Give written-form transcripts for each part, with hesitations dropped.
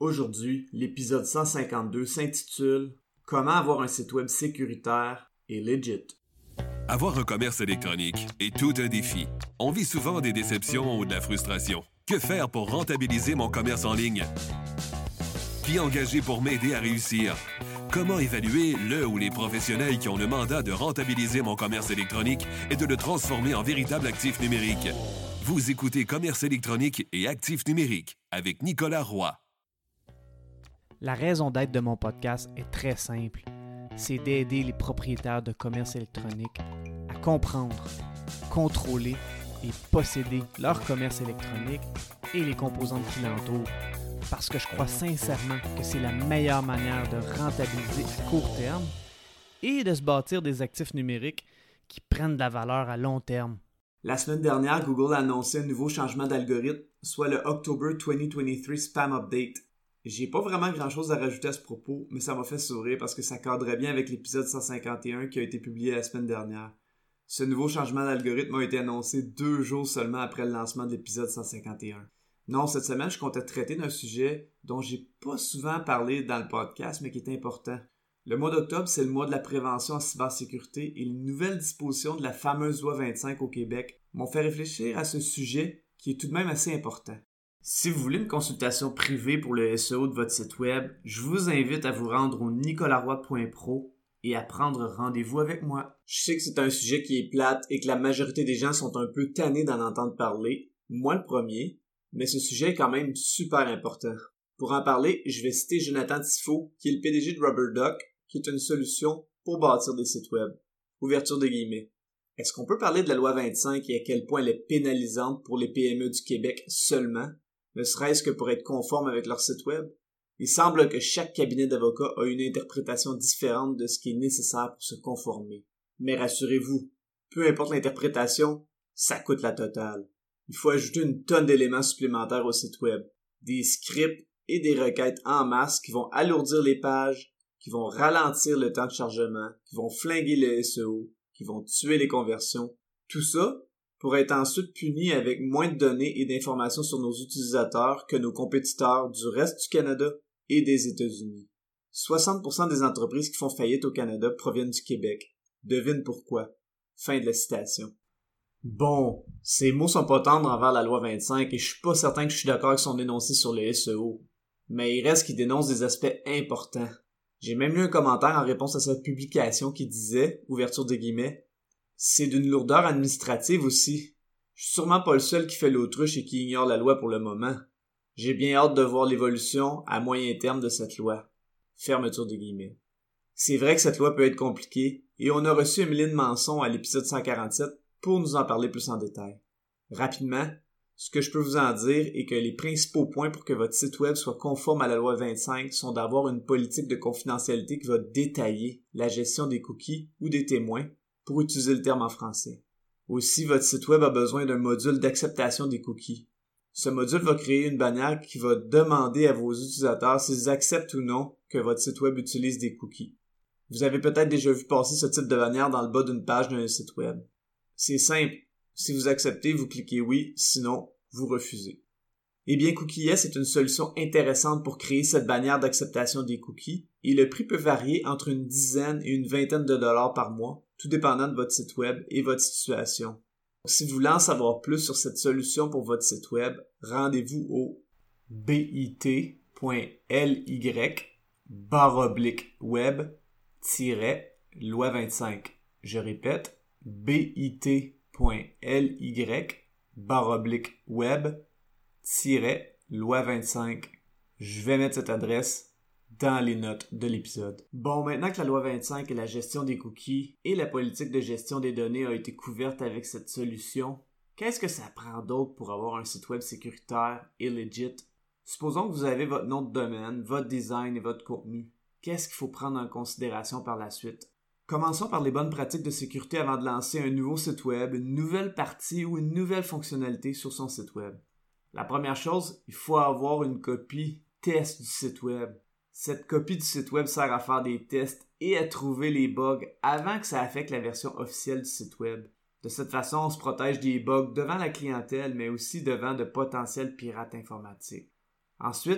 Aujourd'hui, l'épisode 152 s'intitule « Comment avoir un site web sécuritaire et legit ». Avoir un commerce électronique est tout un défi. On vit souvent des déceptions ou de la frustration. Que faire pour rentabiliser mon commerce en ligne? Qui engager pour m'aider à réussir? Comment évaluer le ou les professionnels qui ont le mandat de rentabiliser mon commerce électronique et de le transformer en véritable actif numérique? Vous écoutez Commerce électronique et actifs numériques avec Nicolas Roy. La raison d'être de mon podcast est très simple. C'est d'aider les propriétaires de commerce électronique à comprendre, contrôler et posséder leur commerce électronique et les composantes qui l'entourent. Parce que je crois sincèrement que c'est la meilleure manière de rentabiliser à court terme et de se bâtir des actifs numériques qui prennent de la valeur à long terme. La semaine dernière, Google a annoncé un nouveau changement d'algorithme, soit le October 2023 Spam Update. J'ai pas vraiment grand-chose à rajouter à ce propos, mais ça m'a fait sourire parce que ça cadrait bien avec l'épisode 151 qui a été publié la semaine dernière. Ce nouveau changement d'algorithme a été annoncé 2 jours seulement après le lancement de l'épisode 151. Non, cette semaine, je comptais traiter d'un sujet dont j'ai pas souvent parlé dans le podcast, mais qui est important. Le mois d'octobre, c'est le mois de la prévention en cybersécurité et les nouvelles dispositions de la fameuse loi 25 au Québec m'ont fait réfléchir à ce sujet qui est tout de même assez important. Si vous voulez une consultation privée pour le SEO de votre site web, je vous invite à vous rendre au nicolaroy.pro et à prendre rendez-vous avec moi. Je sais que c'est un sujet qui est plate et que la majorité des gens sont un peu tannés d'en entendre parler, moi le premier, mais ce sujet est quand même super important. Pour en parler, je vais citer Jonathan Tifo, qui est le PDG de RubberDuck, qui est une solution pour bâtir des sites web. Ouverture de guillemets. Est-ce qu'on peut parler de la loi 25 et à quel point elle est pénalisante pour les PME du Québec seulement, ne serait-ce que pour être conforme avec leur site web? Il semble que chaque cabinet d'avocats a une interprétation différente de ce qui est nécessaire pour se conformer. Mais rassurez-vous, peu importe l'interprétation, ça coûte la totale. Il faut ajouter une tonne d'éléments supplémentaires au site web, des scripts et des requêtes en masse qui vont alourdir les pages, qui vont ralentir le temps de chargement, qui vont flinguer le SEO, qui vont tuer les conversions. Tout ça pour être ensuite puni avec moins de données et d'informations sur nos utilisateurs que nos compétiteurs du reste du Canada et des États-Unis. 60% des entreprises qui font faillite au Canada proviennent du Québec. Devine pourquoi. Fin de la citation. Bon, ces mots sont pas tendres envers la loi 25 et je suis pas certain que je suis d'accord avec son énoncé sur le SEO. Mais il reste qu'il dénonce des aspects importants. J'ai même lu un commentaire en réponse à sa publication qui disait, ouverture de guillemets, « C'est d'une lourdeur administrative aussi. Je suis sûrement pas le seul qui fait l'autruche et qui ignore la loi pour le moment. J'ai bien hâte de voir l'évolution à moyen terme de cette loi. » Fermeture de guillemets. C'est vrai que cette loi peut être compliquée et on a reçu Emeline Manson à l'épisode 147 pour nous en parler plus en détail. Rapidement, ce que je peux vous en dire est que les principaux points pour que votre site web soit conforme à la loi 25 sont d'avoir une politique de confidentialité qui va détailler la gestion des cookies ou des témoins, pour utiliser le terme en français. Aussi, votre site web a besoin d'un module d'acceptation des cookies. Ce module va créer une bannière qui va demander à vos utilisateurs s'ils acceptent ou non que votre site web utilise des cookies. Vous avez peut-être déjà vu passer ce type de bannière dans le bas d'une page d'un site web. C'est simple. Si vous acceptez, vous cliquez oui, sinon, vous refusez. Eh bien, CookieS est une solution intéressante pour créer cette bannière d'acceptation des cookies et le prix peut varier entre une dizaine et une vingtaine de dollars par mois, tout dépendant de votre site web et votre situation. Si vous voulez en savoir plus sur cette solution pour votre site web, rendez-vous au bit.ly/web-loi 25. Je répète, bit.ly/web-loi 25. Je vais mettre cette adresse dans les notes de l'épisode. Bon, maintenant que la loi 25 et la gestion des cookies et la politique de gestion des données a été couverte avec cette solution, qu'est-ce que ça prend d'autre pour avoir un site web sécuritaire et legit? Supposons que vous avez votre nom de domaine, votre design et votre contenu. Qu'est-ce qu'il faut prendre en considération par la suite? Commençons par les bonnes pratiques de sécurité avant de lancer un nouveau site web, une nouvelle partie ou une nouvelle fonctionnalité sur son site web. La première chose, il faut avoir une copie test du site web. Cette copie du site web sert à faire des tests et à trouver les bugs avant que ça affecte la version officielle du site web. De cette façon, on se protège des bugs devant la clientèle, mais aussi devant de potentiels pirates informatiques. Ensuite,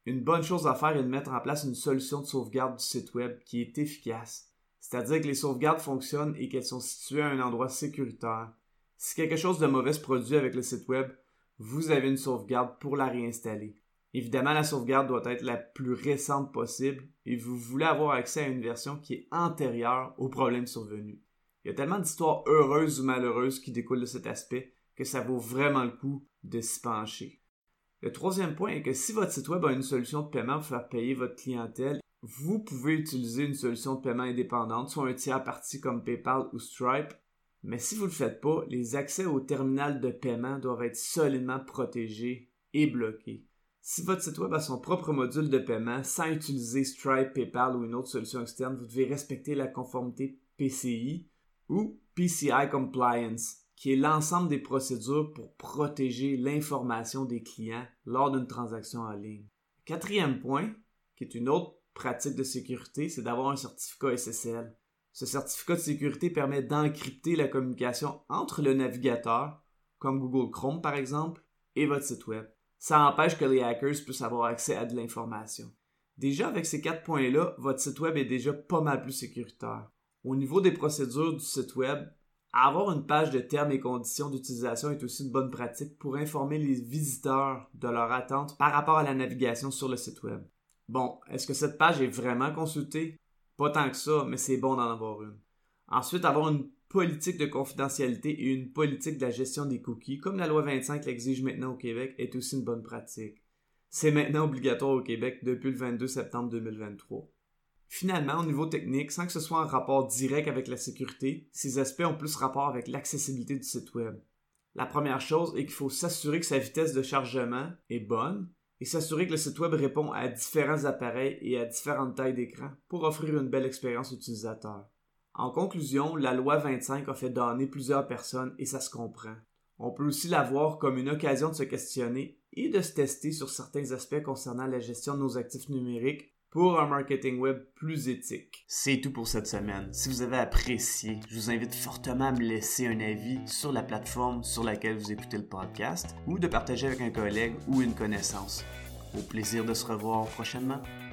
Une bonne chose à faire est de mettre en place une solution de sauvegarde du site web qui est efficace. C'est-à-dire que les sauvegardes fonctionnent et qu'elles sont situées à un endroit sécuritaire. Si quelque chose de mauvais se produit avec le site web, vous avez une sauvegarde pour la réinstaller. Évidemment, la sauvegarde doit être la plus récente possible et vous voulez avoir accès à une version qui est antérieure au problème survenu. Il y a tellement d'histoires heureuses ou malheureuses qui découlent de cet aspect que ça vaut vraiment le coup de s'y pencher. Le troisième point est que si votre site web a une solution de paiement pour faire payer votre clientèle, vous pouvez utiliser une solution de paiement indépendante, soit un tiers parti comme PayPal ou Stripe. Mais si vous ne le faites pas, les accès au terminal de paiement doivent être solidement protégés et bloqués. Si votre site web a son propre module de paiement sans utiliser Stripe, PayPal ou une autre solution externe, vous devez respecter la conformité PCI ou PCI Compliance, qui est l'ensemble des procédures pour protéger l'information des clients lors d'une transaction en ligne. Quatrième point, qui est une autre pratique de sécurité, c'est d'avoir un certificat SSL. Ce certificat de sécurité permet d'encrypter la communication entre le navigateur, comme Google Chrome par exemple, et votre site web. Ça empêche que les hackers puissent avoir accès à de l'information. Déjà avec ces 4 points-là, votre site web est déjà pas mal plus sécuritaire. Au niveau des procédures du site web, avoir une page de termes et conditions d'utilisation est aussi une bonne pratique pour informer les visiteurs de leur attente par rapport à la navigation sur le site web. Bon, est-ce que cette page est vraiment consultée? Pas tant que ça, mais c'est bon d'en avoir une. Ensuite, avoir une politique de confidentialité et une politique de la gestion des cookies, comme la loi 25 l'exige maintenant au Québec, est aussi une bonne pratique. C'est maintenant obligatoire au Québec depuis le 22 septembre 2023. Finalement, au niveau technique, sans que ce soit en rapport direct avec la sécurité, ces aspects ont plus rapport avec l'accessibilité du site web. La première chose est qu'il faut s'assurer que sa vitesse de chargement est bonne et s'assurer que le site web répond à différents appareils et à différentes tailles d'écran pour offrir une belle expérience utilisateur. En conclusion, la loi 25 a fait damner plusieurs personnes et ça se comprend. On peut aussi la voir comme une occasion de se questionner et de se tester sur certains aspects concernant la gestion de nos actifs numériques pour un marketing web plus éthique. C'est tout pour cette semaine. Si vous avez apprécié, je vous invite fortement à me laisser un avis sur la plateforme sur laquelle vous écoutez le podcast ou de partager avec un collègue ou une connaissance. Au plaisir de se revoir prochainement.